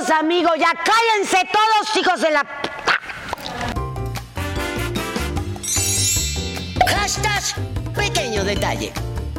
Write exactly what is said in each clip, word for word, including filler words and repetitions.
Amigos, amigos, ya cállense todos, hijos de la... Hashtag pequeño detalle.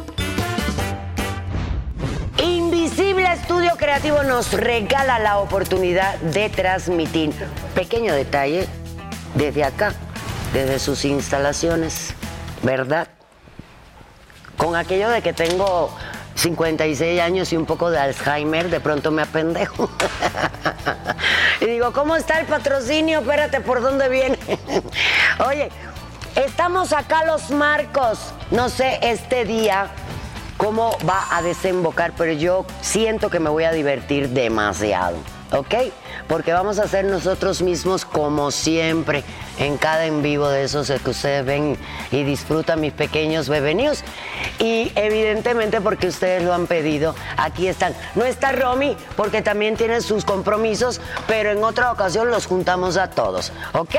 Invisible Estudio Creativo nos regala la oportunidad de transmitir pequeño detalle desde acá, desde sus instalaciones, ¿verdad? Con aquello de que tengo cincuenta y seis años y un poco de Alzheimer, de pronto me apendejo. Y digo, ¿cómo está el patrocinio? Espérate, ¿por dónde viene? Oye, estamos acá los Marcos. No sé este día cómo va a desembocar, pero yo siento que me voy a divertir demasiado, ¿ok? Porque vamos a ser nosotros mismos como siempre, en cada en vivo de esos que ustedes ven y disfrutan, mis pequeños bebenios. Y evidentemente porque ustedes lo han pedido, aquí están. No está Romy porque también tiene sus compromisos, pero en otra ocasión los juntamos a todos, ¿ok?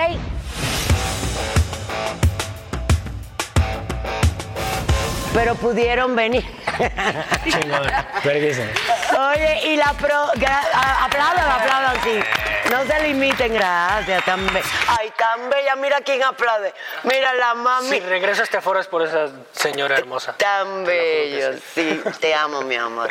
Pero pudieron venir. Chingón, verguísima. Oye, y la pro... gra- aplaudan, aplaudan, sí. No se limiten, gracias, tan be- Ay, tan bella, mira quién aplaude. Mira la mami. Si regreso a este aforo es por esa señora hermosa. Tan bello, sí. Te amo, mi amor.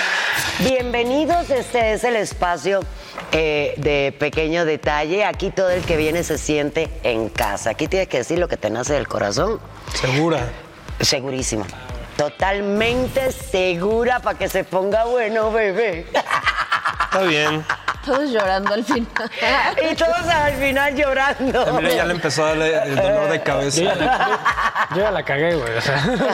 Bienvenidos, este es el espacio eh, de pequeño detalle. Aquí todo el que viene se siente en casa. Aquí tienes que decir lo que te nace del corazón. Segura. Segurísima. Totalmente segura para que se ponga bueno, bebé. Está bien. Todos llorando al final. Y todos al final llorando. A Mira, ya le empezó a darle el dolor de cabeza. Yo ya la, yo ya la cagué, güey. O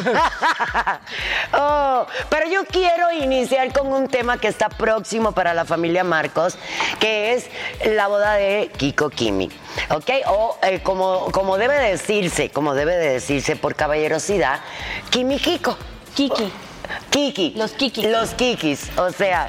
sea. Oh, pero yo quiero iniciar con un tema que está próximo para la familia Marcos, que es la boda de Kiko Kimi. ¿Ok? O eh, como, como debe decirse, como debe de decirse por caballerosidad, Kimi Kiko. Kiki. Kiki. Los Kikis. Los Kikis. O sea,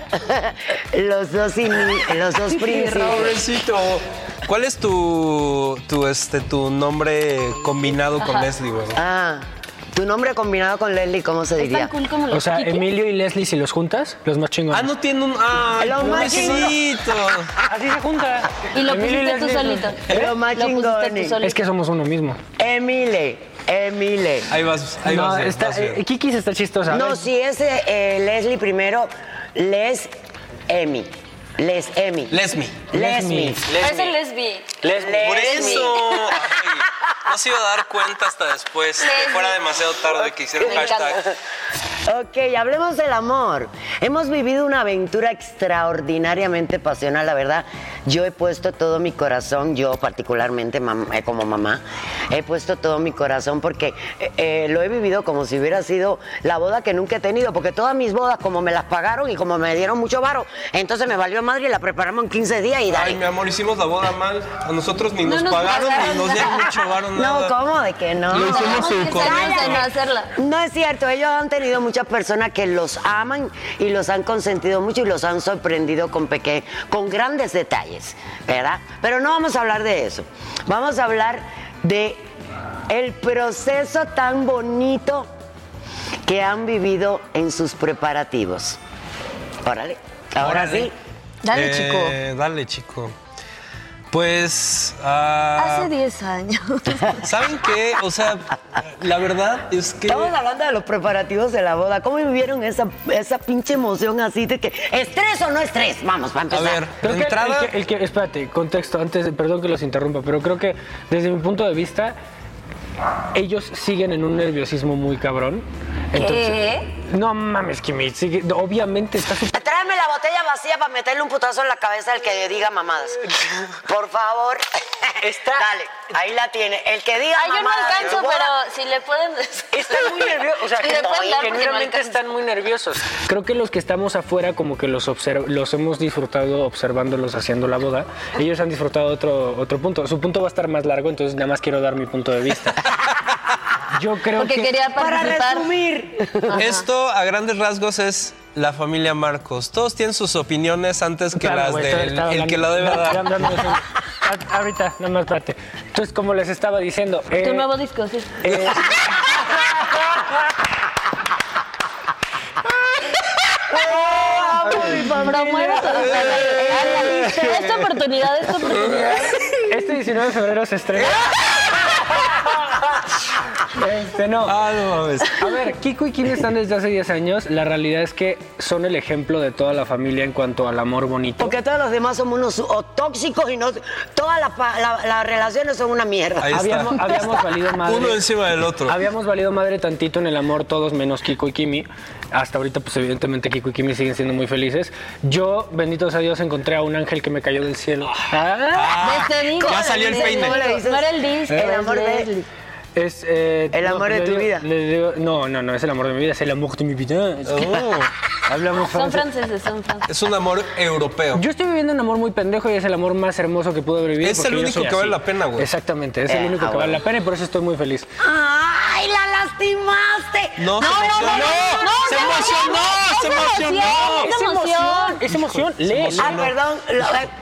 los dos, ini- los dos príncipes. Pobrecito. ¿Cuál es tu, tu, este, tu nombre combinado con Leslie, güey? Ah, tu nombre combinado con Leslie, ¿cómo se Es diría? tan cool como los O sea, Kikis. Emilio y Leslie, si los juntas, los más chingones. Ah, no tiene un... ¡Ay, Lo más pobrecito! Así se junta. Y lo Emilio pusiste tú Leslie. solito. Lo más Lo pusiste chingones. tú solito. Es que somos uno mismo. Emile, Emile. Ahí vas, ahí No, vas. bien, está, vas bien. eh, Kikis está chistosa. A No, ver. si es eh, Leslie primero, Les Emi. Les Emi. Lesmi. Lesmi. Es el lesbi. Leslie. Por Lesmi. eso. Ay, no se iba a dar cuenta hasta después. Que Lesmi. fuera demasiado tarde que hicieron Me hashtag. encanta. Ok, hablemos del amor. Hemos vivido una aventura extraordinariamente pasional, la verdad. Yo he puesto todo mi corazón, yo particularmente mam- eh, como mamá, he puesto todo mi corazón porque eh, eh, lo he vivido como si hubiera sido la boda que nunca he tenido, porque todas mis bodas, como me las pagaron y como me dieron mucho varo, entonces me valió madre y la preparamos en quince días y dale. Ay, mi amor, hicimos la boda mal. A nosotros ni No nos, nos pagaron, pagaron ni nos dieron nada. mucho varo, No, nada. ¿cómo de que no? Lo hicimos Tenemos sin que comer. ser de no hacerla. No es cierto, ellos han tenido muchas personas que los aman y los han consentido mucho y los han sorprendido con peque- con grandes detalles, ¿verdad? Pero no vamos a hablar de eso. Vamos a hablar de el proceso tan bonito que han vivido en sus preparativos. Órale, ahora Órale. sí. Dale, Eh, chico. Dale, chico. Pues... ah, Hace diez años. ¿Saben qué? O sea, la verdad es que... Estamos hablando de los preparativos de la boda. ¿Cómo vivieron esa, esa pinche emoción así de que estrés o no estrés? Vamos, para A empezar. ver, Creo de que entrada... el que, el que- espérate, contexto, antes, perdón que los interrumpa, pero creo que desde mi punto de vista, ellos siguen en un nerviosismo muy cabrón. Entonces, ¿Qué? no mames, Kimi, sigue, obviamente está súper... Tráeme la botella vacía para meterle un putazo en la cabeza al que diga mamadas. Por favor. Está- Dale, ahí la tiene. El que diga Ay, yo no mamadas. alcanzo, en su boda- pero si le pueden decir. Están muy nerviosos, o sea, Si le no, pueden dar porque no genuinamente alcanzo. están muy nerviosos. Creo que los que estamos afuera como que los observ- los hemos disfrutado observándolos haciendo la boda. Ellos han disfrutado otro, otro punto. Su punto va a estar más largo, entonces nada más quiero dar mi punto de vista. Yo creo Porque que... quería Para participar. resumir. Esto, a grandes rasgos, es la familia Marcos. Todos tienen sus opiniones antes que Claro, las güey, del estaba- estaba el que la hablando- debe dar. estaba hablando de eso. Ah, Ahorita, nada más espérate. Entonces, como les estaba diciendo... eh, Tu nuevo disco, sí. eh, Promueve Esta oportunidad, esta oportunidad. Este diecinueve de febrero se estrena. Este, no. Ah, no mames. A ver, Kiko y Kimi están desde hace diez años. La realidad es que son el ejemplo de toda la familia en cuanto al amor bonito. Porque todos los demás somos unos o tóxicos y no. Todas las la, la relaciones son una mierda. Ahí está. Habíamos, habíamos valido madre. Uno encima del otro. Habíamos valido madre tantito en el amor, todos menos Kiko y Kimi. Hasta ahorita, pues evidentemente Kiko y Kimi siguen siendo muy felices. Yo, bendito sea Dios, encontré a un ángel que me cayó del cielo. Ah, Te digo, ya salió el no, peine. No, no era el disco, El amor de- Leslie. Es, eh, El amor de le tu digo- vida. le digo- no, no, no es el amor de mi vida, es el amor de mi vida. Es que Oh, hablamos Son francés. franceses, son franceses. es un amor europeo. Yo estoy viviendo un amor muy pendejo y es el amor más hermoso que pude haber vivido. Es porque el yo único soy que vale así. la pena, güey. Exactamente, es Eh, el único ah, que vale bueno. la pena y por eso estoy muy feliz. ¡Ay, la lastimaste! No, se emocionó. Se emocionó, se emocionó. Es emoción. Es emoción, lee. Ah, perdón. lo-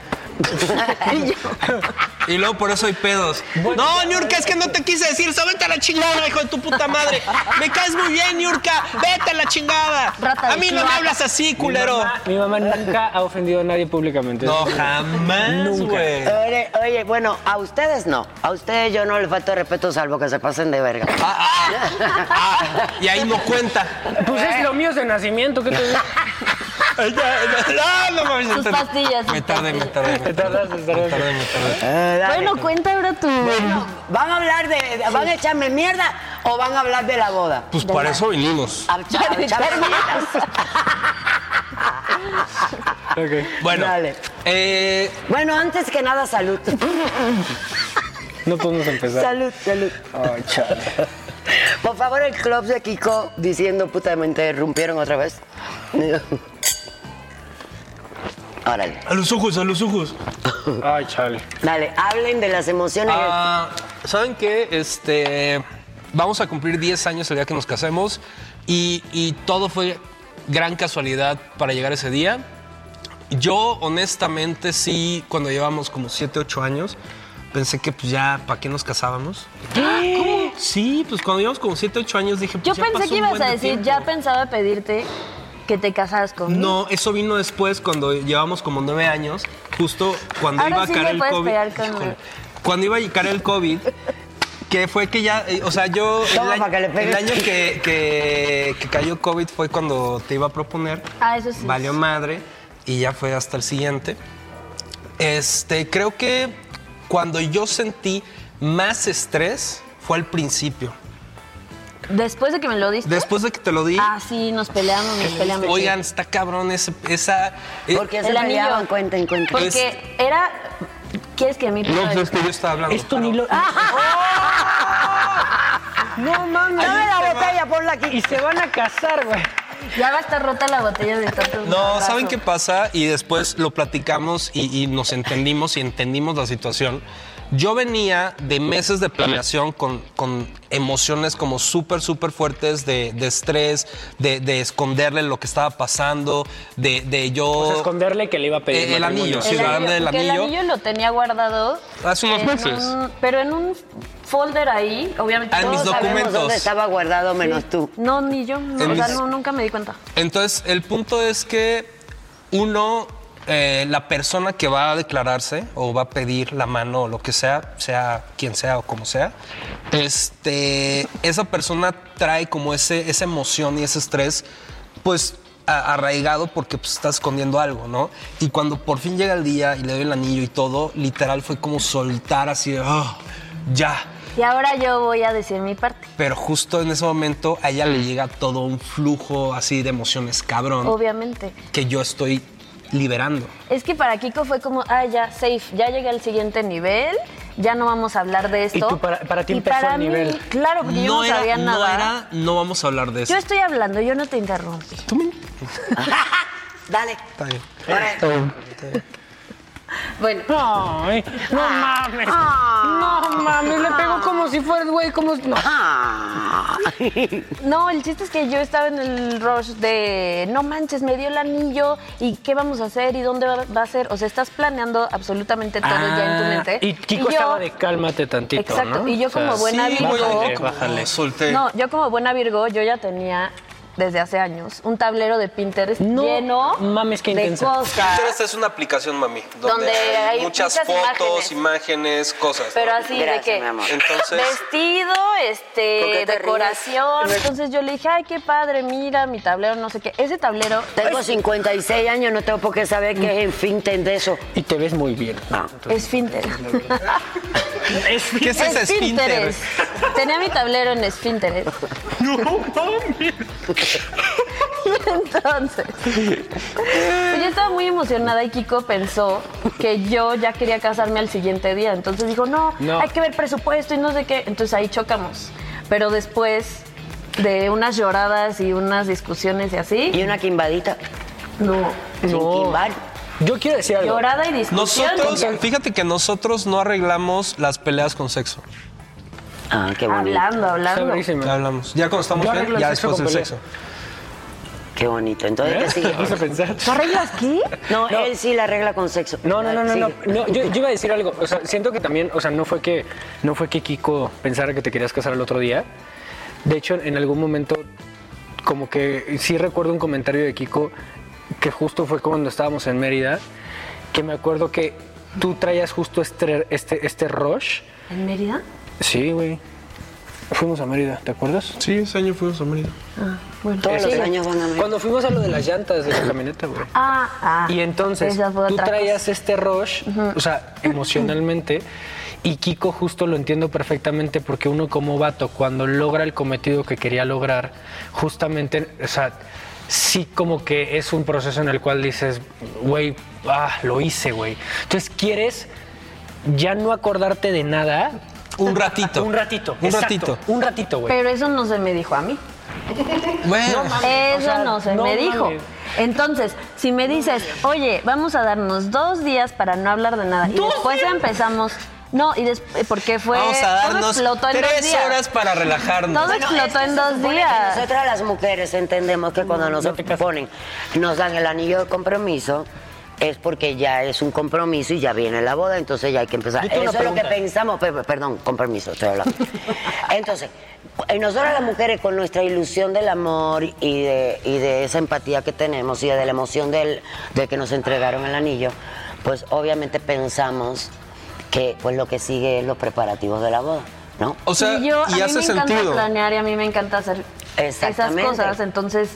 Y luego por eso hay pedos. No, Niurka, es que no te quise decir eso. Vete a la chingada, hijo de tu puta madre. Me caes muy bien, Niurka. Vete a la chingada. Rata de A mí no me chihuahua. hablas así, Mi culero. mamá, mi mamá nunca ha ofendido a nadie públicamente. No, jamás, Nunca. güey. Oye, oye, bueno, a ustedes no. A ustedes yo no les falto de respeto salvo que se pasen de verga. Ah, ah, ah, ah, y ahí no cuenta. Pues es lo mío es de nacimiento, ¿qué te digo? Ay, ya, ya, No, no mames. Sus me tardé. pastillas, sus Me tardé, me pastillas. tardé. Me Te tardas, te Me tardas. tardé, me tardé. Eh, dale. Bueno, cuenta ahora tú. Bueno, ¿van a hablar de, de- van a echarme mierda o van a hablar de la boda? Pues para eso vinimos. A echar- a echarme mierda. Ok. Bueno, Dale. eh, Bueno, antes que nada, salud. No podemos empezar. Salud, salud. Ay, chale. Por favor, el club de Kiko diciendo puta, me interrumpieron otra vez. Órale, a los ojos, a los ojos. Ay, chale. dale, hablen de las emociones. Ah, ¿saben qué? Este, vamos a cumplir diez años el día que nos casemos y, y todo fue gran casualidad para llegar ese día. Yo, honestamente, sí, cuando llevamos como siete, ocho años, pensé que pues ya, ¿para qué nos casábamos? ¿Cómo? Sí, pues cuando llevamos como siete, ocho años dije, pues Yo ya pensé pasó que un ibas buen a de decir, tiempo. ya pensaba pedirte que te casaras conmigo. No, eso vino después cuando llevamos como nueve años, justo cuando Ahora iba a sí caer le el puedes COVID. pegar con- Híjole. Cuando iba a caer el COVID, que fue que ya, eh, o sea, yo el Toma, año, para que le pegues. el año que, que, que cayó COVID fue cuando te iba a proponer. Ah, eso sí. Valió madre y ya fue hasta el siguiente. Este, creo que cuando yo sentí más estrés fue al principio. Después de que me lo diste. Después de que te lo di, Ah, sí, nos peleamos, nos peleamos. oigan, está cabrón ese- esa... eh, ¿Por qué se el anillo. peleaban? Cuenten, cuenten. Porque era. ¿Quieres que a mí No, pues es que yo estaba hablando. Esto ni lo... No mames. Dame la botella, ponla aquí. Y se van a casar, güey. Ya va a estar rota la botella de tanto. No, ¿saben qué pasa? Y después lo platicamos y, y nos entendimos y entendimos la situación. Yo venía de meses de planeación con, con emociones como súper, súper fuertes de, de estrés, de, de esconderle lo que estaba pasando, de, de yo... O sea, esconderle que le iba a pedir Eh, el matrimonio. anillo, sí, la banda del porque el anillo. anillo lo tenía guardado. Hace unos en meses. un- pero en un folder ahí, obviamente. Ah, en mis todos sabemos- documentos. Dónde estaba guardado menos tú. No, ni yo. no, En o sea, mis- no, nunca me di cuenta. Entonces, el punto es que uno, eh, la persona que va a declararse o va a pedir la mano o lo que sea, sea quien sea o como sea, este, esa persona trae como ese, esa emoción y ese estrés, pues a- arraigado porque pues, está escondiendo algo, ¿no? Y cuando por fin llega el día y le doy el anillo y todo, literal fue como soltar así, de, "Ah, ya". Y ahora yo voy a decir mi parte. Pero justo en ese momento a ella le llega todo un flujo así de emociones cabrón Obviamente. que yo estoy liberando. Es que para Kiko fue como, ah, ya, safe, ya llegué al siguiente nivel, ya no vamos a hablar de esto. Y tú, para- para ti Y empezó para el mí, nivel. claro, porque yo no era, sabía no nada. era, no vamos a hablar de eso. Yo estoy hablando, yo no te interrumpí. Dale. Está bien. Órale. Bueno, Ay, no mames. No mames, le pegó como si fuera, güey, como... No. Ah. no, el chiste es que yo estaba en el rush de, no manches, me dio el anillo, ¿y qué vamos a hacer? ¿Y dónde va, va a ser? O sea, estás planeando absolutamente todo ya en tu mente. Y Kiko yo- estaba de cálmate tantito, Exacto, ¿no? y yo O sea, como buena Sí, Virgo... güey, bájale, como bájale. solté. No, yo como buena Virgo, yo ya tenía desde hace años un tablero de Pinterest No lleno mames, qué de intensa. cosas. Pinterest es una aplicación, mami, donde, Donde hay, hay muchas, muchas fotos, imágenes, imágenes. cosas. Pero ¿no? así Gracias, de que mi amor. Entonces- vestido, ¿Por este, qué te decoración. ríes? Entonces yo le dije, ay, qué padre, mira mi tablero, no sé qué. Ese tablero. Tengo cincuenta y seis años, no tengo por qué saber qué es en Finten de eso. Y te ves muy bien. Ah. Es Pinterest. ¿Qué es ese esfínter? Tenía mi tablero en Esfínteres. No mames. Entonces, pues yo estaba muy emocionada y Kiko pensó que yo ya quería casarme al siguiente día. Entonces dijo, no, No. hay que ver presupuesto y no sé qué. Entonces ahí chocamos. Pero después de unas lloradas y unas discusiones y así, Y una quimbadita. no. Sin No. quimbar. Yo quiero decir algo. Llorada y discusión. Nosotros, fíjate que nosotros no arreglamos las peleas con sexo. Ah, qué bonito. Hablando, hablando. Sabrísimo. Ya hablamos. Ya cuando estamos Yo bien, arreglo el ya sexo después con del pelea. sexo. Qué bonito. Entonces, ¿qué sigue? ¿Eh? Vamos a pensar. ¿Tú arreglas qué? No, No. él sí la arregla con sexo. No, no, no, no, no, Sigue. no, Yo, yo iba a decir algo. O sea, siento que también, o sea, no fue que, no fue que Kiko pensara que te querías casar el otro día. De hecho, en algún momento, como que sí recuerdo un comentario de Kiko que justo fue cuando estábamos en Mérida, que me acuerdo que tú traías justo este, este, este rush. ¿En Mérida? Sí, güey. Fuimos a Mérida, ¿te acuerdas? Sí, ese año fuimos a Mérida. Ah, bueno. Todos Este, los años van a ver. Cuando fuimos a lo de las llantas de la camioneta, güey. Ah, ah. Y entonces Esa fue tú otra traías cosa. este rush, o sea, emocionalmente, y Kiko justo lo entiendo perfectamente porque uno como vato, cuando logra el cometido que quería lograr, justamente, o sea, sí como que es un proceso en el cual dices, güey, ah, lo hice, güey. Entonces quieres ya no acordarte de nada. Un ratito. Un ratito. Un exacto, ratito. Un ratito, güey. Pero eso no se me dijo a mí. Bueno, Eso o sea, no se no me dijo. mames. Entonces, si me dices, oye, vamos a darnos dos días para no hablar de nada y después empezamos. No, y después, porque fue. vamos a todo darnos explotó en dos tres días. horas para relajarnos. Todo explotó en dos supone que días. Nosotras las mujeres entendemos que cuando nos ponen, nos dan el anillo de compromiso, es porque ya es un compromiso y ya viene la boda, entonces ya hay que empezar. Yo tengo Eso una es lo que pregunta. pensamos, pe- perdón, compromiso, estoy hablando. Entonces, eh, nosotras las mujeres con nuestra ilusión del amor y de, y de esa empatía que tenemos y de la emoción del, de que nos entregaron el anillo, pues obviamente pensamos que pues lo que sigue es los preparativos de la boda, ¿no? O sea, y yo, y a hace mí me encanta sentido. planear y a mí me encanta hacer esas Exactamente. cosas. Entonces,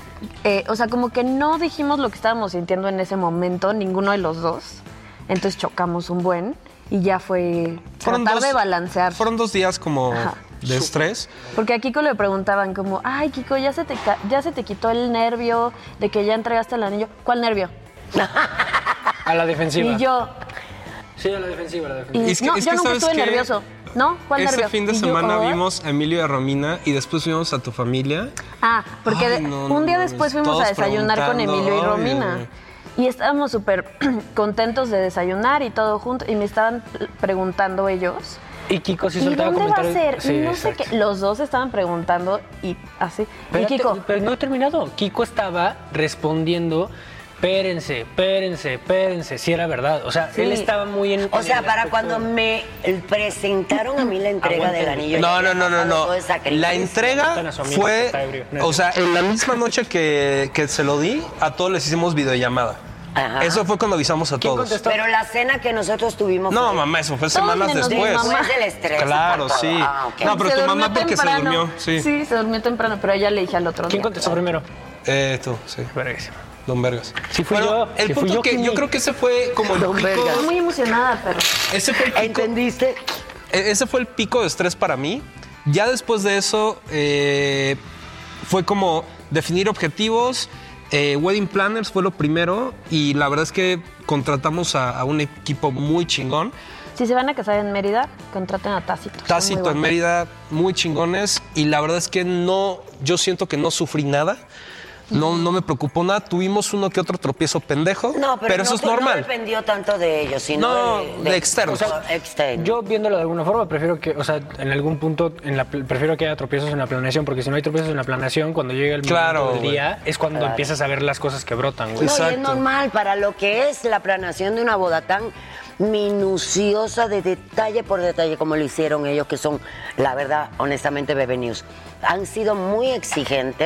eh, o sea, como que no dijimos lo que estábamos sintiendo en ese momento, ninguno de los dos. Entonces chocamos un buen y ya fue Fueron tratar dos- de balancear. Fueron dos días como Ajá. de estrés. Porque a Kiko le preguntaban como, ay, Kiko, ¿ya se, te ca- ¿ya se te quitó el nervio de que ya entregaste el anillo? ¿Cuál nervio? A la defensiva. Y yo, Sí, a la defensiva, a la y, defensiva. Es que- no, es yo que, nunca ¿sabes estuve qué? nervioso. ¿No? ¿Cuál Ese nervio? fin de Y yo, semana "Ay". vimos a Emilio y a Romina y después fuimos a tu familia. Ah, porque Ay, de- no, no, un día no, después fuimos todos a desayunar con preguntando, Emilio y ay, Romina. Y estábamos súper contentos de desayunar y todo junto. Y me estaban preguntando ellos. Y Kiko sí ¿Y soltaba dónde va a comentarios. ser? Sí, no sé exacto. qué. Los dos estaban preguntando y así. Pero, y Kiko, te- pero no he terminado. Kiko estaba respondiendo, espérense, espérense, espérense, si era verdad. O sea, Sí. él estaba muy en. O en sea, el para aspecto- cuando me presentaron a mí la entrega del anillo. No, ya no, no, no, había no. pasado toda esa crisis. La Matan entrega a su amigo, fue, está ebrio. No, o sea, en la misma noche que, que se lo di, a todos les hicimos videollamada. Ajá. Eso fue cuando avisamos a ¿Quién todos. contestó? Pero la cena que nosotros tuvimos. No, fue- mamá, eso fue Todos semanas menos mi después. mamá. Después del estrés. Claro, y todo. sí. Ah, ok. No, pero se tu durmió mamá porque se temprano. durmió, sí. Sí, se durmió temprano, pero a ella le dije al otro ¿Quién día. contestó primero? Eh, tú, sí. Verguísima. Don Vergas. Sí fui Bueno, yo, el sí fui punto yo, que Kimi. yo creo que ese fue como el Don pico. Vergas. Estoy muy emocionada, pero... Ese fue el pico. ¿Entendiste? E- Ese fue el pico de estrés para mí. Ya después de eso eh, fue como definir objetivos. Eh, Wedding Planners fue lo primero y la verdad es que contratamos a, a un equipo muy chingón. Si se van a casar en Mérida, contraten a Tácito. son Tácito muy en guapos. Mérida, muy chingones y la verdad es que no, yo siento que no sufrí nada. No, no me preocupó nada. Tuvimos uno que otro tropiezo pendejo, No, pero, eso no, es no normal. dependió tanto de ellos, sino No, de, de externos. o sea, externo. Yo viéndolo de alguna forma prefiero que, o sea, en algún punto en la, prefiero que haya tropiezos en la planeación, porque si no hay tropiezos en la planeación, cuando llega el Claro, momento del güey. día es cuando empiezas a ver las cosas que brotan, güey. No, y es Exacto. normal para lo que es la planeación de una boda tan minuciosa de detalle por detalle como lo hicieron ellos, que son, la verdad, honestamente, Bebe News. Han sido muy exigentes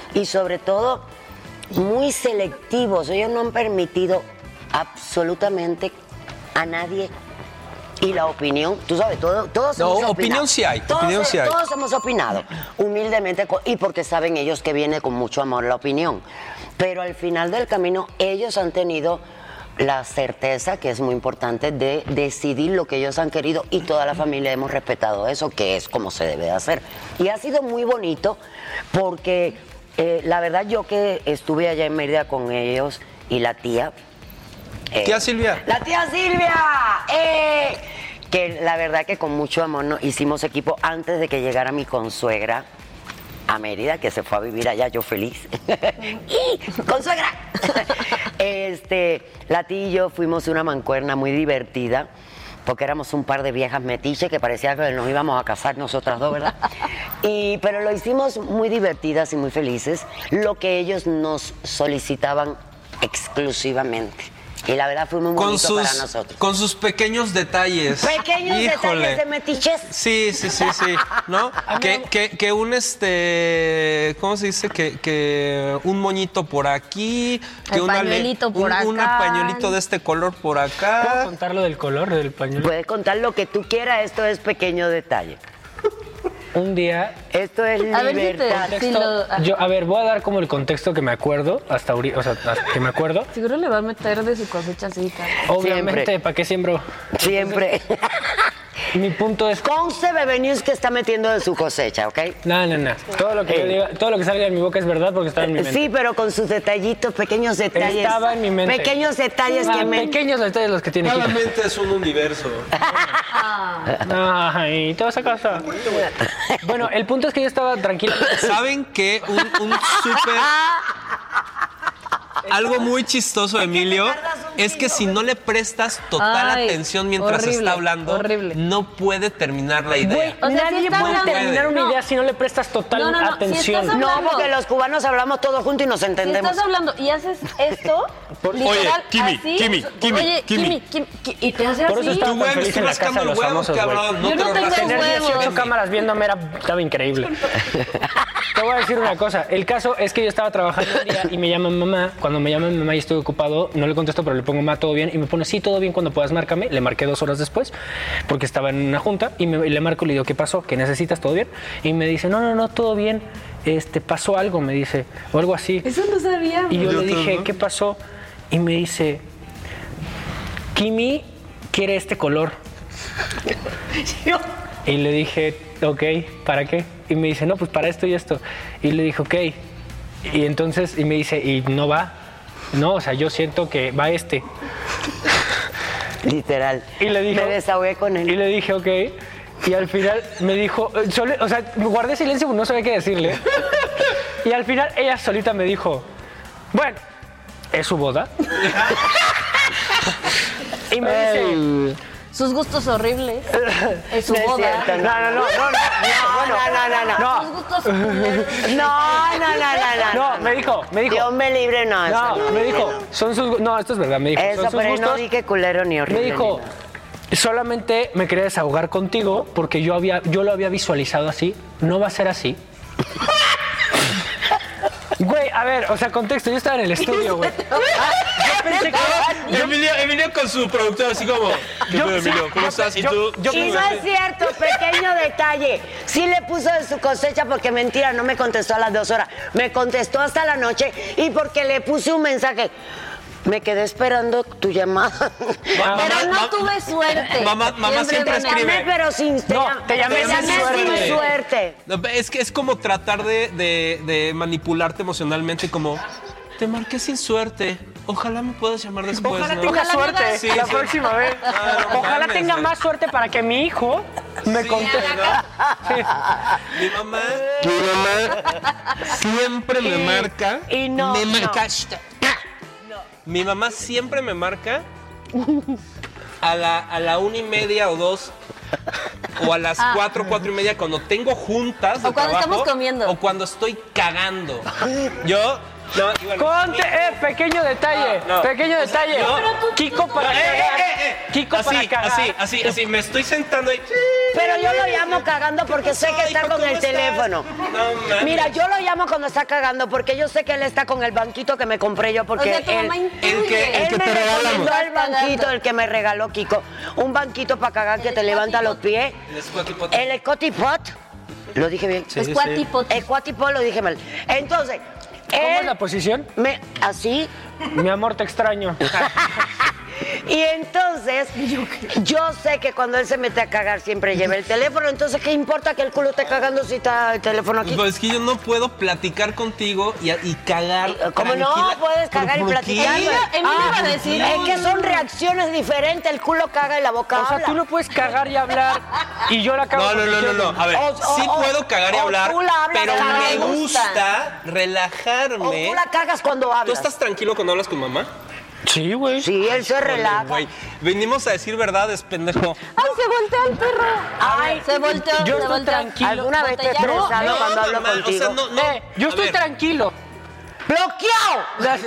y sobre todo muy selectivos. Ellos no han permitido absolutamente a nadie. Y la opinión, tú sabes, todo, todos No, hemos opinado. opinión sí hay, Todos, opinión sí hay. Todos hemos opinado, humildemente, co- y porque saben ellos que viene con mucho amor la opinión. Pero al final del camino, ellos han tenido la certeza, que es muy importante, de decidir lo que ellos han querido, y toda la familia hemos respetado eso, que es como se debe de hacer. Y ha sido muy bonito, porque eh, la verdad yo que estuve allá en Mérida con ellos y la tía, Eh, Tía Silvia. La tía Silvia. Eh, que la verdad que con mucho amor nos hicimos equipo antes de que llegara mi consuegra a Mérida, que se fue a vivir allá, yo feliz. ¡Y consuegra! este, la tía y yo fuimos una mancuerna muy divertida, porque éramos un par de viejas metiches que parecía que nos íbamos a casar nosotras dos, ¿verdad? Y, pero lo hicimos muy divertidas y muy felices, lo que ellos nos solicitaban exclusivamente. Y la verdad fue muy Con bonito sus, para nosotros. con sus pequeños detalles. Pequeños detalles de metiches. Sí, sí, sí, sí. ¿No? que, que, que un este. ¿Cómo se dice? Que, que un moñito por aquí. Que El una le- pañuelito por un, acá. Un pañuelito de este color por ¿Puedo acá. contar lo del color del pañuelo? Puedes contar lo que tú quieras, esto es pequeño detalle. Un día Esto es A ver si te- libertad. sí, lo- yo, a ver, voy a dar como el contexto que me acuerdo, hasta ahorita, o sea, hasta que me acuerdo. Seguro le va a meter de su cosecha así, cara. Obviamente, Siempre. ¿para qué siembro? Siempre. Mi punto es... Conce Bebe News que está metiendo de su cosecha, ¿ok? No, no, no. Todo lo que yo Eh. diga, todo lo que salga de mi boca es verdad porque está en mi mente. Sí, pero con sus detallitos, pequeños detalles. Estaba en mi mente. Pequeños detalles Ah, que me... pequeños detalles los que tiene Cada que... mente es un universo. Ay, toda esa cosa. Bueno, el punto es que yo estaba tranquila. ¿Saben qué? Un, un súper. Algo muy chistoso, Emilio, es que si no le prestas total Ay, atención mientras horrible, está hablando, horrible. no puede terminar la idea. Güey, O sea, nadie sí está puede hablando- terminar una No. idea si no le prestas total No, no, no, si atención. estás No, hablando- porque los cubanos hablamos todos juntos y nos Si entendemos. estás hablando y haces esto, literal, Oye, Kimi, así, Kimi, Kimi, oye, Kimi. Kimi, Kimi, Kimi, y te hace Por eso así. estaba Tú, güey, tan me feliz estoy en la casa rascando de el los huevo, famosos, güey. cabrón. Yo te no lo tengo rasques. Tener huevos. dieciocho cámaras viéndome era, estaba increíble. Te voy a decir una cosa. El caso es que yo estaba trabajando un día y me llama mamá. Cuando me llama mi mamá y estoy ocupado, no le contesto, pero le pongo, ma, todo bien. Y me pone, sí, todo bien, cuando puedas, márcame. Le marqué dos horas después porque estaba en una junta y, me, y le marco y le digo, ¿qué pasó? ¿Qué necesitas? ¿Todo bien? Y me dice, no, no, no, todo bien. Este, pasó algo, me dice, o algo así. Eso no sabía. Y yo Yo le dije, también. ¿qué pasó? Y me dice, Kimi quiere este color. Y le dije, ok, ¿para qué? Y me dice, no, pues para esto y esto. Y le dije, ok. Y entonces, y me dice, ¿y no va? No, o sea, yo siento que va este. Literal. Y le dijo, Me desahogué con él. Y le dije, ok. Y al final me dijo, eh, solo- o sea, me guardé silencio porque no sabía qué decirle. Y al final ella solita me dijo, bueno, es su boda. Y me dice, Sus gustos horribles. Es su No es boda. cierto, no, no, no, no, no, No, no, no, no, no. Sus gustos culeros. No, no, no, no, no. no, me dijo, me dijo, Dios me libre, no. eso no, no. me dijo, son sus, no, esto es verdad, me dijo, Eso, son sus pero no gustos. dije culero ni horrible. Me dijo, ni nada. solamente me quería desahogar contigo porque yo había, yo lo había visualizado así. No va a ser así. Güey, a ver, o sea, contexto, yo estaba en el estudio, güey. Yo pensé que... Emilio, Emilio con su productor, así como. ¿Qué Yo- pedo, sí, Emilio? ¿Cómo yo- estás? ¿Y yo- tú? yo- Y no es cierto, pequeño detalle. Sí le puso de su cosecha porque mentira, no me contestó a las dos horas. Me contestó hasta la noche y porque le puse un mensaje. Me quedé esperando tu llamada. Mamá, Pero no mamá- tuve suerte. Mamá- mamá siempre viene- escribe. Llamé, pero sin No, te llamé te sin llamé sin suerte. suerte. No, Es que es como tratar de, de- de manipularte emocionalmente, como. Te marqué sin suerte. Ojalá me puedas llamar después. Ojalá ¿no? tenga Ojalá suerte digas- Sí, la sí. próxima vez. Ah, no Ojalá mames, tenga güey. más suerte para que mi hijo me conteste. Mi mamá, mi mamá siempre me Y- marca. y no, Me no. marca. Mi mamá siempre me marca a la, a la una y media o dos. O a las cuatro, cuatro y media cuando tengo juntas de O cuando trabajo, estamos comiendo. o cuando estoy cagando. Yo, no, y bueno, Conte, eh, pequeño detalle, No, no. pequeño O sea, detalle. yo- Kiko para Eh, eh, cagar. eh, eh. Kiko así, para cagar. así, así, así, me estoy sentando y Pero yo lo llamo cagando porque sé que está hijo, con ¿cómo el estás? teléfono. No, mames. Mira, yo lo llamo cuando está cagando porque yo sé que él está con el banquito que me compré yo porque O sea, tu él, mamá el que- intuye. el él que me te regalamos. recomendó el Está banquito, cagando. el que me regaló Kiko. Un banquito para cagar que El te levanta los squatty pies. El squatty pot. El squatty pot. Lo dije bien. Sí, sí, Squatty sí. pot. El squatty pot lo dije mal. Entonces, ¿Cómo él es la posición? me así. Mi amor, te extraño. Y entonces, yo sé que cuando él se mete a cagar siempre lleva el teléfono, entonces ¿qué importa que el culo esté cagando si está el teléfono aquí? Pues es que yo no puedo platicar contigo y, y cagar. Como no tranquila. puedes cagar y ¿Por qué? platicar. Emilio- Emilio Ah, iba a decir- es que son reacciones diferentes, el culo caga y la boca O sea, habla. tú no puedes cagar y hablar y yo la cago. No, no, no, no, no. A ver, O- o- sí o- puedo cagar y o hablar, tú la hablas pero cada me vez. gusta O relajarme. tú la cagas cuando ¿Tú hablas. estás tranquilo cuando hablas con mamá? Sí, güey. Sí, él se relaja. Güey, venimos a decir verdades, pendejo. ¡Ay, se volteó el perro! Ay, se volteó, yo se estoy volteó. tranquilo. ¿Alguna vez te he Botellaron. estresado No, cuando hablo mamá, o contigo? sea, no, no. Eh, yo A estoy ver. tranquilo. ¡Bloqueado!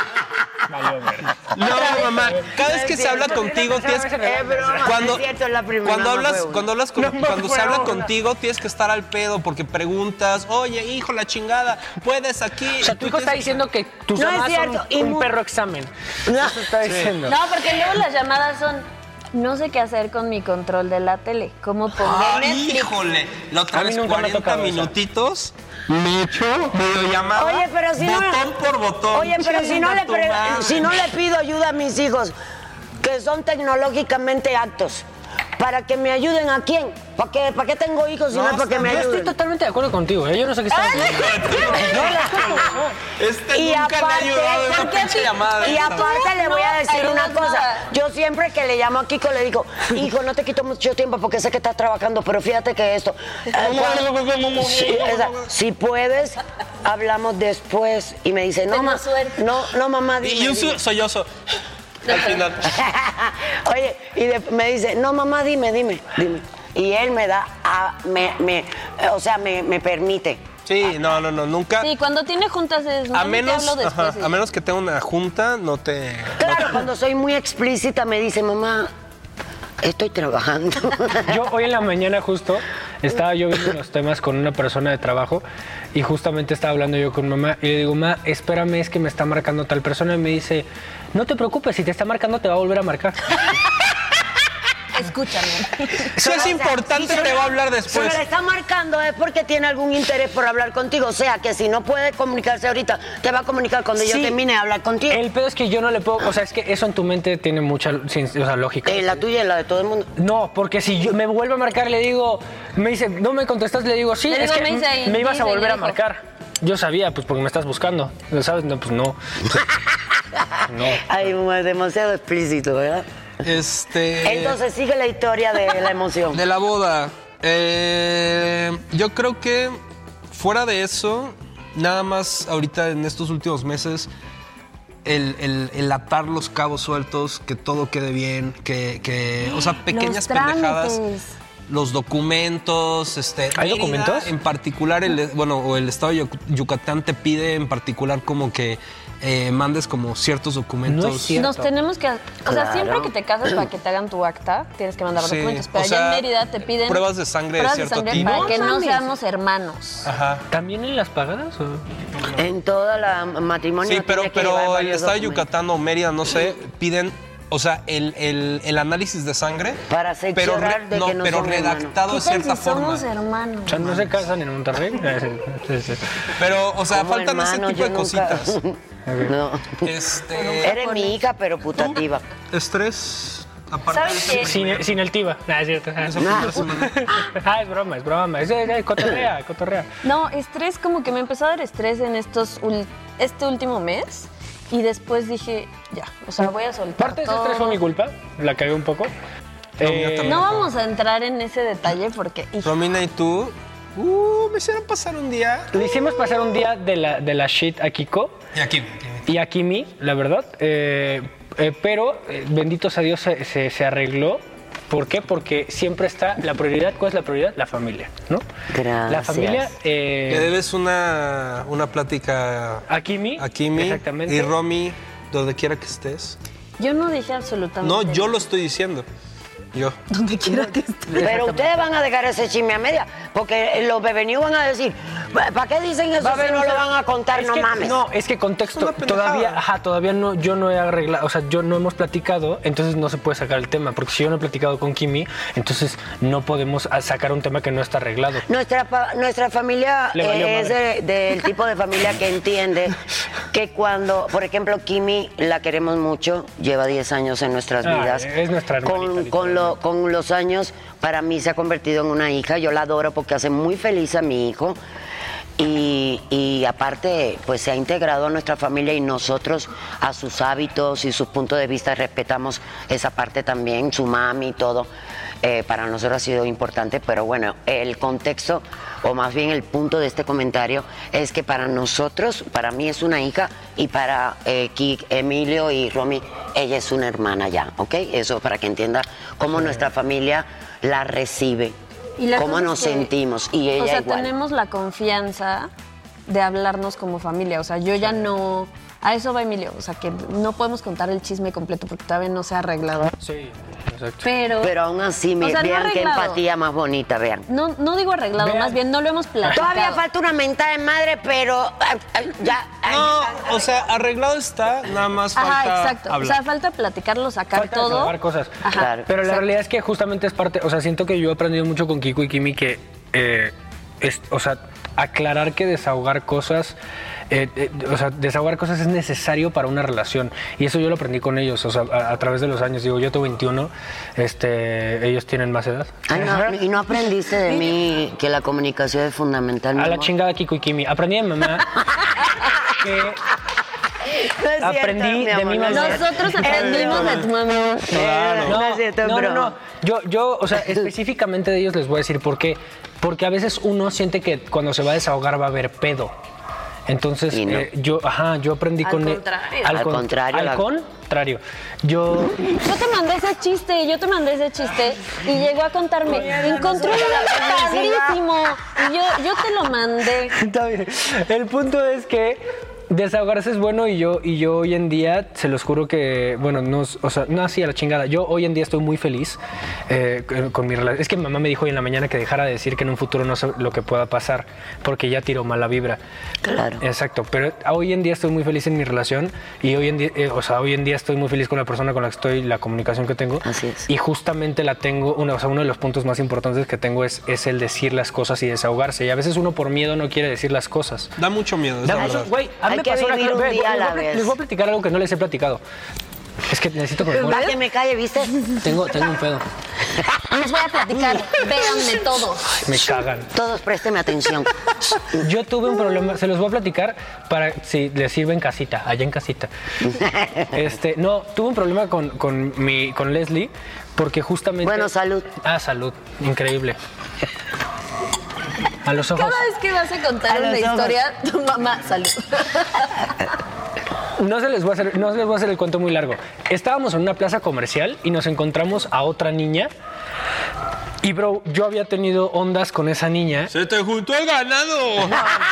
No, mamá, cada vez que se habla contigo tienes que... Es broma, Cuando, es cierto, es la primera. cuando no hablas, fue una. cuando hablas con- No me cuando se fue habla una. contigo tienes que estar al pedo porque preguntas, oye, hijo, la chingada, puedes aquí. O sea, tu Tú hijo tienes- está diciendo que tus No es mamás son cierto, y un mu- perro examen. No. Eso está diciendo. No, porque luego las llamadas son... No sé qué hacer con mi control de la tele. ¿Cómo pongo Ay, Netflix? híjole, la otra A mí vez nunca me ha cuarenta tocado eso. minutitos me echó videollamada. Oye, pero si no... botón por botón. Oye, pero si no, le Chinga tu pre- madre. si no le pido ayuda a mis hijos, que son tecnológicamente aptos, para que me ayuden a quién? ¿Para qué, ¿Para qué tengo hijos si no, No, es para que me Yo estoy ayuden? totalmente de acuerdo contigo. ¿eh? Yo no sé qué estás haciendo. No, las cosas Este Y nunca aparte, le ha ayudado en ¿por una qué pinche ti- llamada. y esta. aparte le voy a decir No una ayudas cosa. nada. Yo siempre que le llamo a Kiko le digo, hijo, no te quito mucho tiempo porque sé que estás trabajando, pero fíjate que esto. eh, cuando- si, esa- si puedes, hablamos después. Y me dice, no, Tengo ma- suerte. no, no, mamá, dime. Y un dime. so- sollozo. Al final. Oye, y de- me dice, no, mamá, dime, dime, dime. Y él me da, a- me, me, o sea, me, me permite. Sí, no, no, no, nunca. Sí, cuando tiene juntas es... A "Mami, menos, te hablo después". ajá, a menos que tenga una junta, no te. Claro, cuando soy muy explícita me dice, mamá, estoy trabajando. Yo hoy en la mañana justo estaba yo viendo unos temas con una persona de trabajo y justamente estaba hablando yo con mamá y le digo, ma, espérame, es que me está marcando tal persona y me dice, no te preocupes, si te está marcando te va a volver a marcar. Escúchame. Si es importante, te va a hablar Si después. me le está marcando es porque tiene algún interés por hablar contigo. O sea, que si no puede comunicarse ahorita, te va a comunicar cuando yo Sí. termine de hablar contigo. El pedo es que yo no le puedo, o sea, es que eso en tu mente tiene mucha sin- o sea, lógica. Eh, la tuya y la de todo el mundo. No, porque si yo me vuelve a marcar, le digo, me dice, no me contestas, le digo, sí, Le es digo, que me dice, me ibas dice, a volver a dijo. marcar. Yo sabía, pues porque me estás buscando. ¿Sabes? No, pues no. No. Ay, mamá, demasiado explícito, ¿verdad? Este. Entonces sigue la historia de la emoción. De la boda. Eh, yo creo que fuera de eso, nada más ahorita en estos últimos meses, el, el- el atar los cabos sueltos, que todo quede bien, que, que o sea, pequeñas Los pendejadas. trámites. Los documentos, este. ¿Hay Mérida, documentos? En particular, el, bueno, o el estado de Yuc- Yucatán te pide en particular como que eh, mandes como ciertos documentos. No es cierto. Nos tenemos que... O sea, Claro. siempre que te casas para que te hagan tu acta, tienes que mandar Sí, documentos. Pero o allá sea, en Mérida te piden... pruebas de sangre de pruebas cierto sangre tipo. para No que no mames. seamos hermanos. Ajá. ¿También en las pagadas? o? En toda la matrimonio. Sí, pero, tiene que llevar pero el varios estado de documentos. Yucatán o Mérida, no sé, piden, o sea, el, el- el análisis de sangre. Para pero, cerciorar de no, que no pero son redactado de ¿Qué tal cierta si forma. somos hermanos? O sea, ¿no se casan en Monterrey? Sí, sí. Pero, o sea, Como faltan hermano, ese tipo yo de nunca- cositas. No. Este. Eres mi hija, pero putativa. Estrés. Aparte ¿Sabes de qué? eso, Sin, sin el tiba. Ah, es cierto. Ah, esa primera semana. Ah, es broma, es broma. Es, es, es cotorrea, cotorrea. No, estrés, como que me empezó a dar estrés en estos ul- este último mes. Y después dije, ya, o sea, voy a soltar Parte de ese estrés todo. fue mi culpa. La cagué un poco. No, mía también. No vamos a entrar en ese detalle porque... hijo, Romina y tú. Uh, me hicieron pasar un día. Le hicimos pasar un día de la, de la shit a Kiko Y aquí. y a Kimi, la verdad. Eh, eh, pero, eh, bendito sea Dios, se, se- se arregló. ¿Por qué? Porque siempre está la prioridad. ¿Cuál es la prioridad? La familia, ¿no? Gracias. La familia. Le Eh, debes una, una plática a Kimi. a Kimi Exactamente. y Romy, donde quiera que estés. yo no dije absolutamente No, yo nada. lo estoy diciendo. Yo. Donde quiera que esté. Pero ustedes van a dejar ese chisme a media, porque los bebenios van a decir, ¿para qué dicen eso Va a haber si no un- lo van a contar? Es No que- mames. No, es que Es contexto, una pendejada. todavía, ajá, todavía no, yo no he arreglado, o sea, yo no hemos platicado, entonces no se puede sacar el tema, porque si yo no he platicado con Kimi, entonces no podemos ah, sacar un tema que no está arreglado. Nuestra, pa- nuestra familia Le valió eh, es madre. de- del tipo de familia que entiende que cuando, por ejemplo, Kimi la queremos mucho, lleva diez años en nuestras Ah, vidas. es nuestra hermanita, con, con, lo- con los años, para mí se ha convertido en una hija. Yo la adoro porque hace muy feliz a mi hijo. Y, y aparte, pues se ha integrado a nuestra familia y nosotros a sus hábitos y sus puntos de vista respetamos esa parte también, su mami y todo. Eh, para nosotros ha sido importante, pero bueno, el contexto, o más bien el punto de este comentario, es que para nosotros, para mí es una hija y para eh, Kik, Emilio y Romy, ella es una hermana ya, ¿ok? Eso para que entienda cómo nuestra familia la recibe. Y la Cómo cosa nos es que, sentimos y ella o sea, igual. tenemos la confianza de hablarnos como familia. O sea, yo ya no... A eso va Emilio. O sea, que no podemos contar el chisme completo porque todavía no se ha arreglado. Sí, exacto. Pero... Pero aún así, me- O sea, no vean qué arreglado. empatía más bonita, vean. No, no digo arreglado, Vean. más bien no lo hemos platicado. Todavía falta una mentada de madre, pero ah, ah, ya. ay, No, o sea, arreglado está, nada más falta Ajá, exacto. hablar. O sea, falta platicarlo, sacar Falta todo. desahogar cosas. Ajá. Claro. Pero la exacto. realidad es que justamente es parte, o sea, siento que yo he aprendido mucho con Kiko y Kimi que, eh, es, o sea, aclarar que desahogar cosas, eh, eh, o sea, desahogar cosas es necesario para una relación. Y eso yo lo aprendí con ellos, o sea, a, a través de los años. Digo, yo tengo veintiuno, este, ellos tienen más edad. Ay, no, y no aprendiste de mí que la comunicación es fundamental. mi A la amor? chingada Kiko y Kimi. Aprendí de mamá que No es cierto, aprendí de amor, mi no es mamá. cierto. Nosotros aprendimos de tu mamá. Eh, No, no es cierto, no, no, broma. no. Yo, yo, o sea, específicamente de ellos les voy a decir por qué. Porque a veces uno siente que cuando se va a desahogar va a haber pedo. Entonces, Y no. eh, yo, ajá, yo aprendí Al con... contrario. Al con- contrario, Al la- contrario. Yo... Yo te mandé ese chiste, yo te mandé ese chiste y llegó a contarme, encontré uno padrísimo y yo, yo te lo mandé. Está bien. El punto es que desahogarse es bueno y yo, y yo hoy en día, se los juro que, bueno, no, o sea, no así a la chingada. Yo hoy en día estoy muy feliz eh, con, con mi relación. Es que mi mamá me dijo hoy en la mañana que dejara de decir que en un futuro no sé lo que pueda pasar porque ya tiró mala vibra. Claro. Exacto, pero hoy en día estoy muy feliz en mi relación y hoy en día, eh, o sea, hoy en día estoy muy feliz con la persona con la que estoy, la comunicación que tengo. Así es. Y justamente la tengo, una, o sea, uno de los puntos más importantes que tengo es, es el decir las cosas y desahogarse. Y a veces uno por miedo no quiere decir las cosas. Da mucho miedo, es Da la mucho- verdad. Güey, a mí Hay me que pasó una vivir cosa- un ve, día a les la voy a- vez. Les voy a platicar algo que no les he platicado. Es que necesito que me Para que me calle, ¿viste? Tengo, tengo un pedo. Les voy a platicar, véanme todo. Me cagan. Todos présteme atención. Yo tuve un problema, se los voy a platicar para si les sirve en casita, allá en casita. Este, no, tuve un problema con, con mi, con Leslie, porque justamente. Bueno, salud. Ah, salud, increíble. A los ojos. Cada vez que vas a A contar los una ojos. historia, tu mamá, salud. No se les voy a hacer, no se les voy a hacer el cuento muy largo. Estábamos en una plaza comercial y nos encontramos a otra niña. Y bro, yo había tenido ondas con esa niña. ¡Se te juntó el ganado!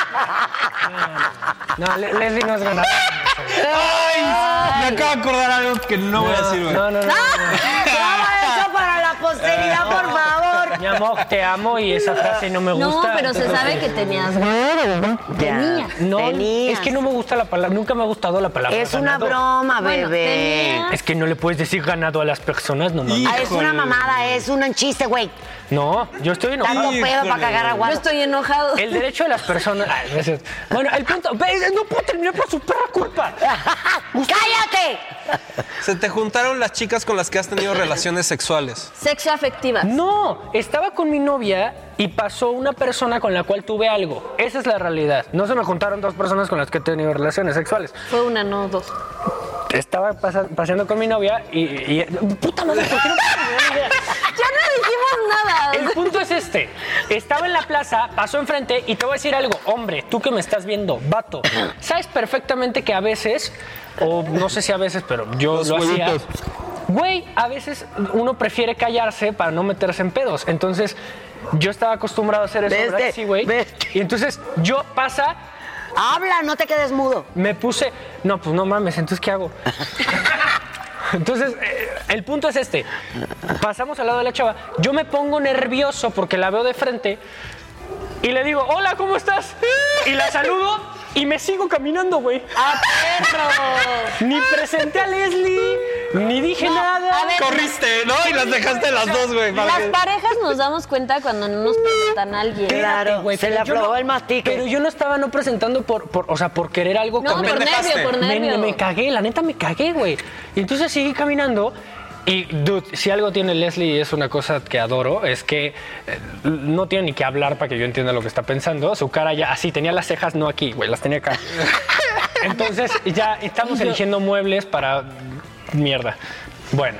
No, Le- Leslie no es ganadora. ¡Ay! Me acabo de acordar algo que no voy a decir, güey. No, no, no, no. Graba eso para la posteridad, por favor. Mi amor, te amo y esa frase no me gusta. No, pero se sabe que tenías ganado. Tenías. No, Tenías. es que no me gusta la palabra, nunca me ha gustado la palabra Es una ganado. broma, Bueno, bebé. tenías- Es que no le puedes decir ganado a las personas, no mames. Ah, es una mamada, es un chiste, güey. No, yo estoy Tanto enojado. pedo para cagar Yo agua. estoy enojado. El derecho de las personas. Ay, gracias. Bueno, el punto. Ve, no puedo terminar por su perra culpa. ¡Cállate! Se te juntaron las chicas con las que has tenido relaciones sexuales. Sexo afectiva. No, estaba con mi novia y pasó una persona con la cual tuve algo. Esa es la realidad. No se me juntaron dos personas con las que he tenido relaciones sexuales. Fue una, no dos. Estaba pasa- paseando con mi novia y, y- puta madre, ¿por qué no me terminé la idea? Ya no dijimos nada. El punto es este. Estaba en la plaza, pasó enfrente y te voy a decir algo. Hombre, tú que me estás viendo, vato, sabes perfectamente que a veces, o no sé si a veces, pero yo Los lo hacía. huevitos. Güey, a veces uno prefiere callarse para no meterse en pedos. Entonces, yo estaba acostumbrado a hacer eso, Veste, ¿verdad que sí, güey? veste. Y entonces, yo pasa, Habla, no te quedes mudo. me puse, no, pues no mames, entonces, ¿qué hago? Entonces, eh, El punto es este. Pasamos al lado de la chava. Yo me pongo nervioso porque la veo de frente y le digo, hola, ¿cómo estás? Y la saludo y me sigo caminando, güey. ¡A perro! Ni presenté a Leslie, ni dije No, nada. a ver, Corriste, ¿no? Y las dejaste las dos, güey. para Las que- parejas nos damos cuenta cuando no nos presentan a alguien. Claro, güey, se pero le yo aflojó no- el mastique. Pero yo no estaba no presentando por, por o sea, por querer algo No, con por pendejaste. nervio, por Me, nervio. me cagué, la neta me cagué, güey. Y entonces seguí caminando. Y, dude, si algo tiene Leslie y es una cosa que adoro, es que eh, no tiene ni que hablar para que yo entienda lo que está pensando. Su cara ya, así, tenía las cejas no aquí, güey, las tenía acá. Entonces ya estamos eligiendo muebles para mierda. Bueno.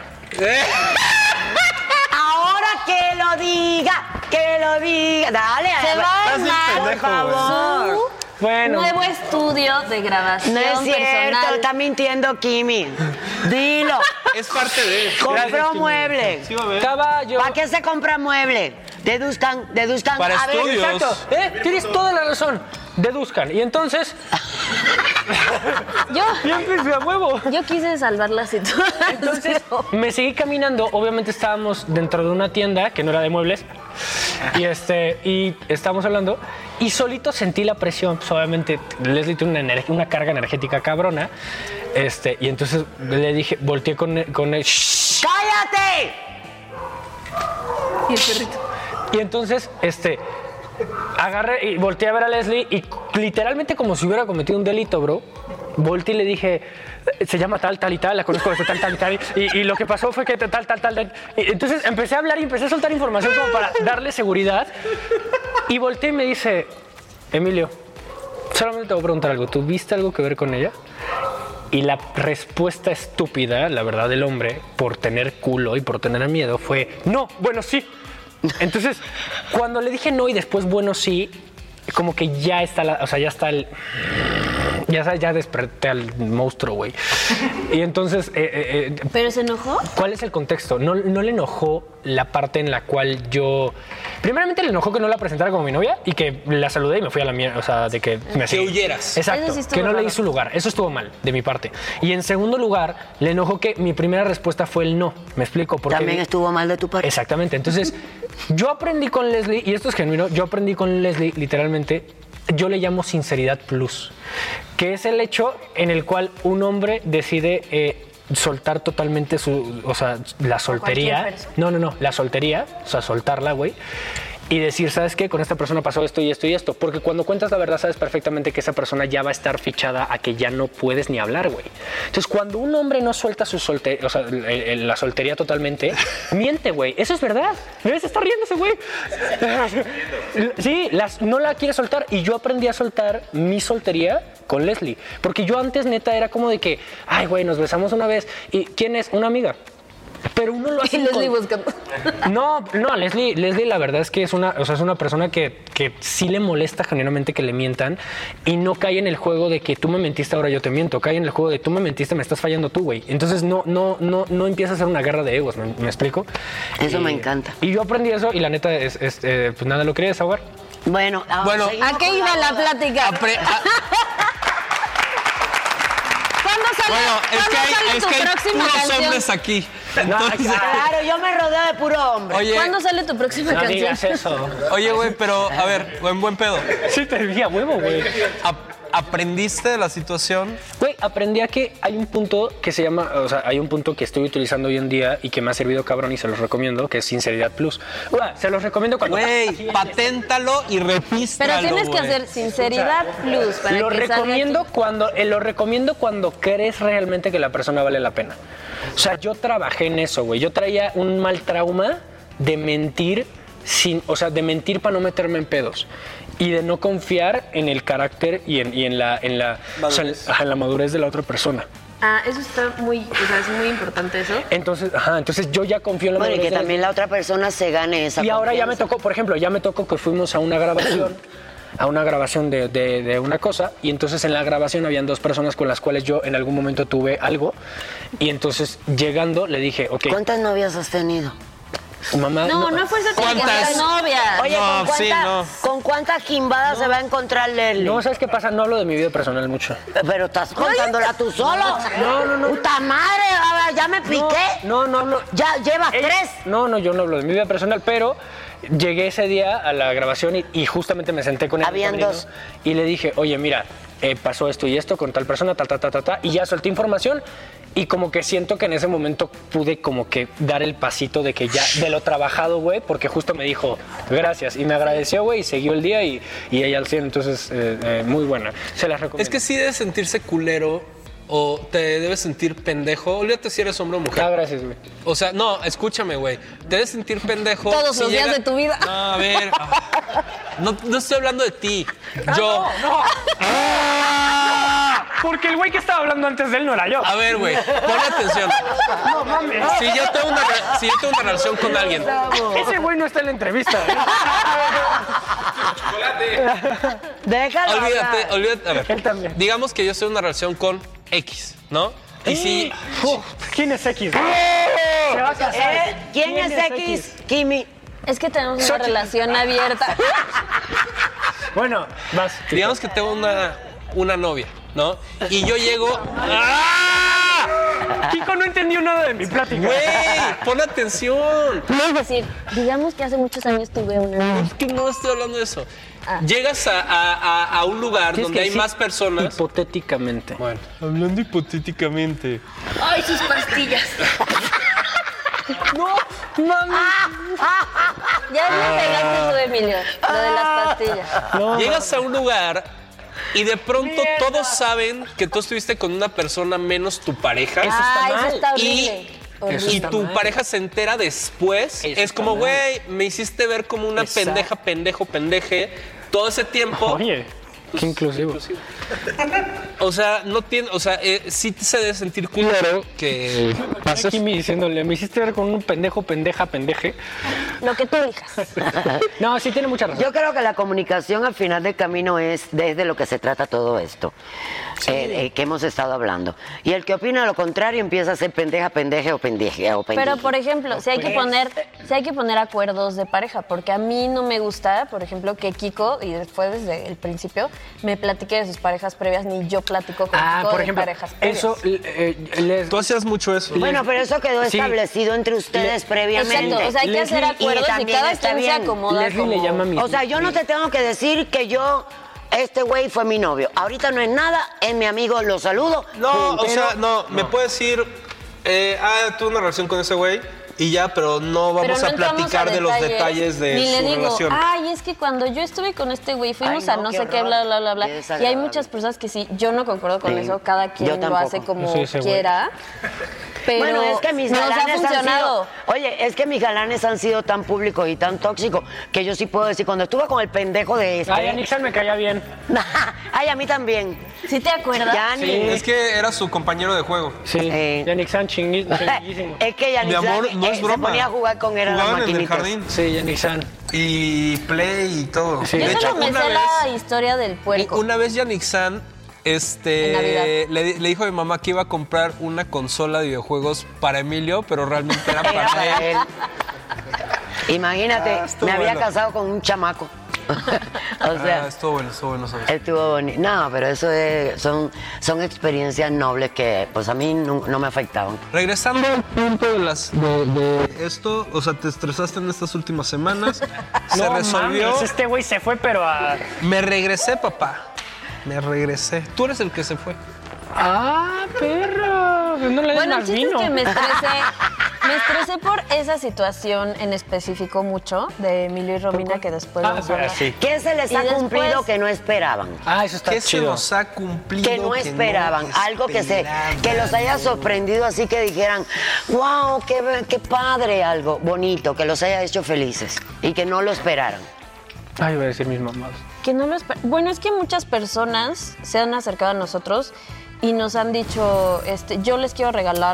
Ahora que lo diga, que lo diga. Dale, Se va a Estás bien armar pendejo, por favor. su Bueno. nuevo estudio de grabación No es cierto, personal. está mintiendo Kimi. Dilo. Es parte de. Compró mueble. Sí, va a ver. Estaba yo... ¿Para qué se compra mueble? Deduzcan, deduzcan. Para a ver, estudios. Exacto, ¿eh? Tienes toda la razón. Deduzcan. Y entonces, Yo, yo empecé a huevo. yo quise salvar la situación. Entonces me seguí caminando, obviamente estábamos dentro de una tienda que no era de muebles y este y estábamos hablando y solito sentí la presión, pues obviamente Leslie tiene una, energ- una carga energética cabrona, este y entonces le dije, volteé con él, con él, "Shh". ¡Cállate! Y el perrito. Y entonces este agarré y volteé a ver a Leslie y literalmente como si hubiera cometido un delito, bro. Volteé y le dije, se llama tal, tal y tal, la conozco desde tal, tal y tal. Y, y lo que pasó fue que tal, tal, tal, tal. Y entonces empecé a hablar y empecé a soltar información como para darle seguridad. Y volteé y me dice, Emilio, solamente te voy a preguntar algo. ¿Tuviste algo que ver con ella? Y la respuesta estúpida, la verdad, del hombre, por tener culo y por tener miedo, fue, no, bueno, sí. Entonces, cuando le dije no y después bueno, sí, como que ya está, la, o sea, ya está el... Ya sabes, ya desperté al monstruo, güey. Y entonces, eh, eh, ¿Pero se enojó? ¿cuál es el contexto? No, no le enojó la parte en la cual yo... Primeramente le enojó que no la presentara como mi novia y que la saludé y me fui a la mierda, o sea, de que me... Que huyeras. Exacto, Eso sí estuvo que no le di raro. su lugar. Eso estuvo mal, de mi parte. Y en segundo lugar, le enojó que mi primera respuesta fue el no. ¿Me explico? Porque También estuvo mal de tu parte. Exactamente. Entonces, yo aprendí con Leslie, y esto es genuino, yo aprendí con Leslie, literalmente, yo le llamo sinceridad plus, que es el hecho en el cual un hombre decide eh, soltar totalmente su, o sea, la soltería. cualquier persona. No, no, no, la soltería, o sea, soltarla, güey. Y decir, ¿sabes qué? Con esta persona pasó esto y esto y esto. Porque cuando cuentas la verdad, sabes perfectamente que esa persona ya va a estar fichada a que ya no puedes ni hablar, güey. Entonces, cuando un hombre no suelta su soltería, o sea, el- el- la soltería totalmente, miente, güey. Eso es verdad. Debes estar riéndose, güey. Sí, las, no la quiere soltar. Y yo aprendí a soltar mi soltería con Leslie. Porque yo antes, neta, era como de que, ay, güey, nos besamos una vez. ¿Y quién es? Una amiga. Pero uno lo hace Y Leslie con- buscando. no, no, Leslie, Leslie la verdad es que es una, o sea, es una persona que, que sí le molesta genuinamente que le mientan y no cae en el juego de que tú me mentiste, ahora yo te miento. Cae en el juego de tú me mentiste, me estás fallando tú, güey. Entonces no, no, no, no empieza a ser una guerra de egos, ¿me, me explico? Eso Y- me encanta. Y yo aprendí eso y la neta es, es, eh, pues nada, lo quería desahogar. Bueno, ahora Bueno, seguimos ¿A qué con iba la boda. plática? Apre- a- ¿Cuándo sale, bueno, es ¿cuándo que hay, sale es tu que hay próxima puros canción? hombres aquí. Entonces, Claro, yo me rodeo de puro hombre. oye, ¿Cuándo sale tu próxima No canción? digas eso. oye, güey, pero a ver, buen buen pedo. Sí, te vi a huevo, güey. Ap- ¿Aprendiste de la situación? Güey, aprendí a que hay un punto que se llama, o sea, hay un punto que estoy utilizando hoy en día y que me ha servido cabrón y se los recomiendo, que es sinceridad plus. Güey, se los recomiendo cuando... Güey, paténtalo y Pero repístralo, tienes que güey. hacer sinceridad plus para lo que salga recomiendo aquí. cuando eh, lo recomiendo cuando crees realmente que la persona vale la pena. O sea, yo trabajé en eso, güey. Yo traía un mal trauma de mentir sin, o sea, de mentir para no meterme en pedos y de no confiar en el carácter y en, y en la en la, o sea, Madurez. ajá, en la madurez de la otra persona. Ah, eso está muy, o sea, es muy importante eso. Entonces, ajá, entonces yo ya confío en la Bueno, y madurez que de la- también la otra persona se gane esa Y ahora ya me confianza. tocó, por ejemplo, ya me tocó que fuimos a una grabación, a una grabación de, de- de una cosa, y entonces en la grabación habían dos personas con las cuales yo en algún momento tuve algo, y entonces llegando le dije, ok, ¿Cuántas novias has tenido? Mamá, No, no fue esa ¿Cuántas? novia. Oye, No, ¿con, sí, cuánta, no. ¿con cuántas jimbadas se va a encontrar Leslie? No, ¿sabes qué pasa? No hablo de mi vida personal mucho. Pero estás contándola tú solo. No, no, no. Puta madre, ahora ya me piqué. No, no hablo. Ya llevas Ella- tres. No, no, yo no hablo de mi vida personal, pero llegué ese día a la grabación y, y justamente me senté con él. Habían dos. Y le dije, oye, mira, eh, pasó esto y esto con tal persona, ta, ta, ta, ta, ta, y ya solté información. Y como que siento que en ese momento pude como que dar el pasito de que ya, de lo trabajado, güey, porque justo me dijo gracias y me agradeció, güey, y siguió el día y, y ella al cien, entonces eh, eh, muy buena. Se las recomiendo. Es que sí debes sentirse culero o te debes sentir pendejo. Olvídate si eres hombre o mujer. Ah, gracias, güey. O sea, no, escúchame, güey. Te debes sentir pendejo. Todos si los días llega- de tu vida. No, a ver. ah, No, no estoy hablando de ti. Yo. No, porque el güey que estaba hablando antes de él no era yo. A ver, güey, pon atención. No mames. Si yo tengo una, re- si yo tengo una relación con alguien. Ese güey no está en la entrevista. ¿eh? Déjalo Olvídate, hablar. olvídate. A ver. Él también. Digamos que yo estoy en una relación con X, ¿no? Y si. Uf, ¿quién es X? Se va a casar. Eh, ¿Quién, es X? Kimi. Es que tenemos una Xochitl. relación abierta. Bueno, vas. Digamos que tengo una, una novia, ¿no? Y yo llego. ¡Ah! Kiko no entendió nada de mi plática. ¡Güey! ¡Pon atención! No es decir, digamos que hace muchos años tuve una. Es que no estoy hablando de eso. Ah. Llegas a, a- a- a un lugar Tienes donde que hay decir más personas. Hipotéticamente. Bueno, hablando hipotéticamente. Ay, sus pastillas. No, mami. Ya me pegaste tú, Emilio. Lo de las pastillas. No, Llegas a un lugar y de pronto Mierda. todos saben que tú estuviste con una persona menos tu pareja. Eso está Ay, mal. eso está Y, horrible. Horrible. y está tu mal. pareja se entera después. Eso es está como, mal. güey, me hiciste ver como una Exacto. pendeja, pendejo, pendeje todo ese tiempo. Oye, qué inclusivo. O sea, no tiene, o sea, eh, sí se debe sentir culero que pases. Aquí me diciéndole, me hiciste ver con un pendejo, pendeja, pendeje. Lo que tú elijas. No, sí tiene mucha razón. Yo creo que la comunicación al final del camino es desde lo que se trata todo esto eh, eh, que hemos estado hablando. Y el que opina lo contrario empieza a ser pendeja, pendeje o pendeje. O pendeje. Pero, por ejemplo, si hay que poner, si hay que poner acuerdos de pareja, porque a mí no me gusta, por ejemplo, que Kiko, y después desde el principio, me platique de sus parejas previas, ni yo platico con Ah, Kiko por de ejemplo, parejas previas. eso eh, les... Tú hacías mucho eso. Bueno, pero eso quedó Sí. establecido entre ustedes previamente. Exacto, o sea, hay que Leslie, hacer acuerdos y, también cada está quien se bien. acomoda Leslie como... le llama a mi... O sea, yo no te tengo que decir que yo, este güey fue mi novio. Ahorita no es nada, es mi amigo, lo saludo. No, o Pero- sea, no, me puedes decir, eh, ah, tuve una relación con ese güey y ya, pero no Pero vamos no a entramos platicar de los detalles de ni su le digo, relación. ay, es que cuando yo estuve con este güey fuimos Ay, a no, no qué sé qué, horror. bla, bla, bla, bla. Qué Y hay desagradable. muchas personas que sí, yo no concuerdo con Sí. eso, cada Yo quien lo tampoco. hace como Sí, ese güey. quiera. Pero Bueno, es que mis nos galanes ha han funcionado. sido, oye, es que mis galanes han sido tan públicos y tan tóxicos que yo sí puedo decir, cuando estuve con el pendejo de este. Ay, a Nixon me caía bien. Ay, a mí también. ¿Sí te acuerdas? Ya ni. Es que era su compañero de juego. Sí, Eh. Yannick San chingui- chinguísimo. Es que ya Mi amor, no es broma. se ponía a jugar con él a las Jugaban en el maquinitas. jardín. Sí, Yannick San. Y play y todo. Sí. Yo De solo hecho, me una sé vez, la historia del puerco. una vez Yannick San En este, Navidad. le, di- le dijo a mi mamá que iba a comprar una consola de videojuegos para Emilio, pero realmente era Era para para él. él. Imagínate, Ah, estuvo me había bueno. casado con un chamaco. o sea, Ah, estuvo bueno, estuvo bueno, ¿sabes? estuvo bonito. No, pero eso es- son, son experiencias nobles que pues a mí no, no me afectaban. Regresando al punto de, las, de, de esto, o sea, te estresaste en estas últimas semanas, se No resolvió, mames, este güey se fue, pero a... me regresé, papá, me regresé. Tú eres el que se fue. ¡Ah, perro! Pues no le des Bueno, el más chiste es vino. que me estresé, me estresé por esa situación en específico mucho de Emilio y Romina, que después Ah, vamos a hablar. sí. ¿Qué se les Y ha después- cumplido que no esperaban? Ah, eso está ¿Qué se chido. nos ha cumplido? Que no esperaban, algo que se que los haya sorprendido así que dijeran, wow, qué, qué padre, algo bonito, que los haya hecho felices y que no lo esperaran. Ay, voy a decir mis mamás. Que no lo esper- Bueno, es que muchas personas se han acercado a nosotros y nos han dicho, este, yo les quiero regalar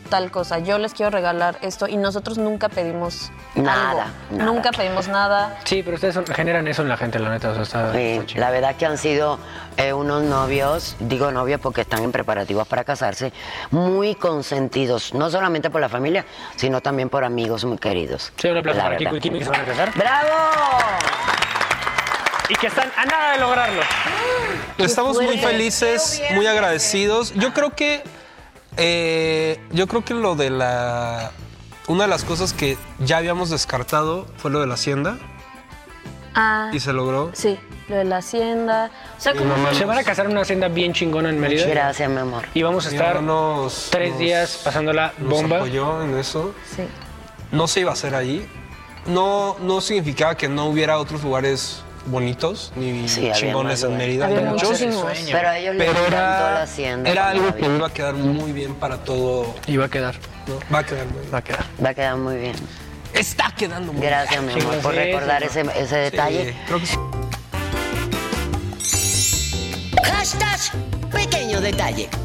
tal cosa, yo les quiero regalar esto y nosotros nunca pedimos Nada, algo. nada. Nunca pedimos nada. Sí, pero ustedes son- generan eso en la gente, la neta. O sea, está, Sí, está chido. la verdad que han sido eh, unos novios, digo novios porque están en preparativos para casarse, muy consentidos, no solamente por la familia, sino también por amigos muy queridos. Sí, un aplauso La para verdad. Kiko y Kimi que se van a casar. ¡Bravo! Y que están a nada de lograrlo. Estamos muy fuerte. felices, muy agradecidos. Yo creo que eh, yo creo que lo de la una de las cosas que ya habíamos descartado fue lo de la hacienda Ah, y se logró. sí, lo de la hacienda. O sea, como Se van a casar en una hacienda bien chingona en Mérida. Gracias, mi amor. Y vamos a Mi estar hermano nos- tres nos- días pasándola nos bomba. apoyó en eso. sí. No se iba a hacer ahí. No, no significaba que no hubiera otros lugares bonitos ni Sí, había chingones más en Mérida. Había Hay muchos. muchísimos. Pero a ellos les Pero encantó la era, hacienda. era con algo la que vida. iba a quedar muy bien para todo. Y va a quedar. ¿no? Va a quedar muy bien. Va a quedar. Va a quedar muy bien. Está quedando muy Gracias, mi amor, por Sí, recordar sí, ese, ese bien. detalle. Sí, creo que sí. Hashtag pequeño detalle.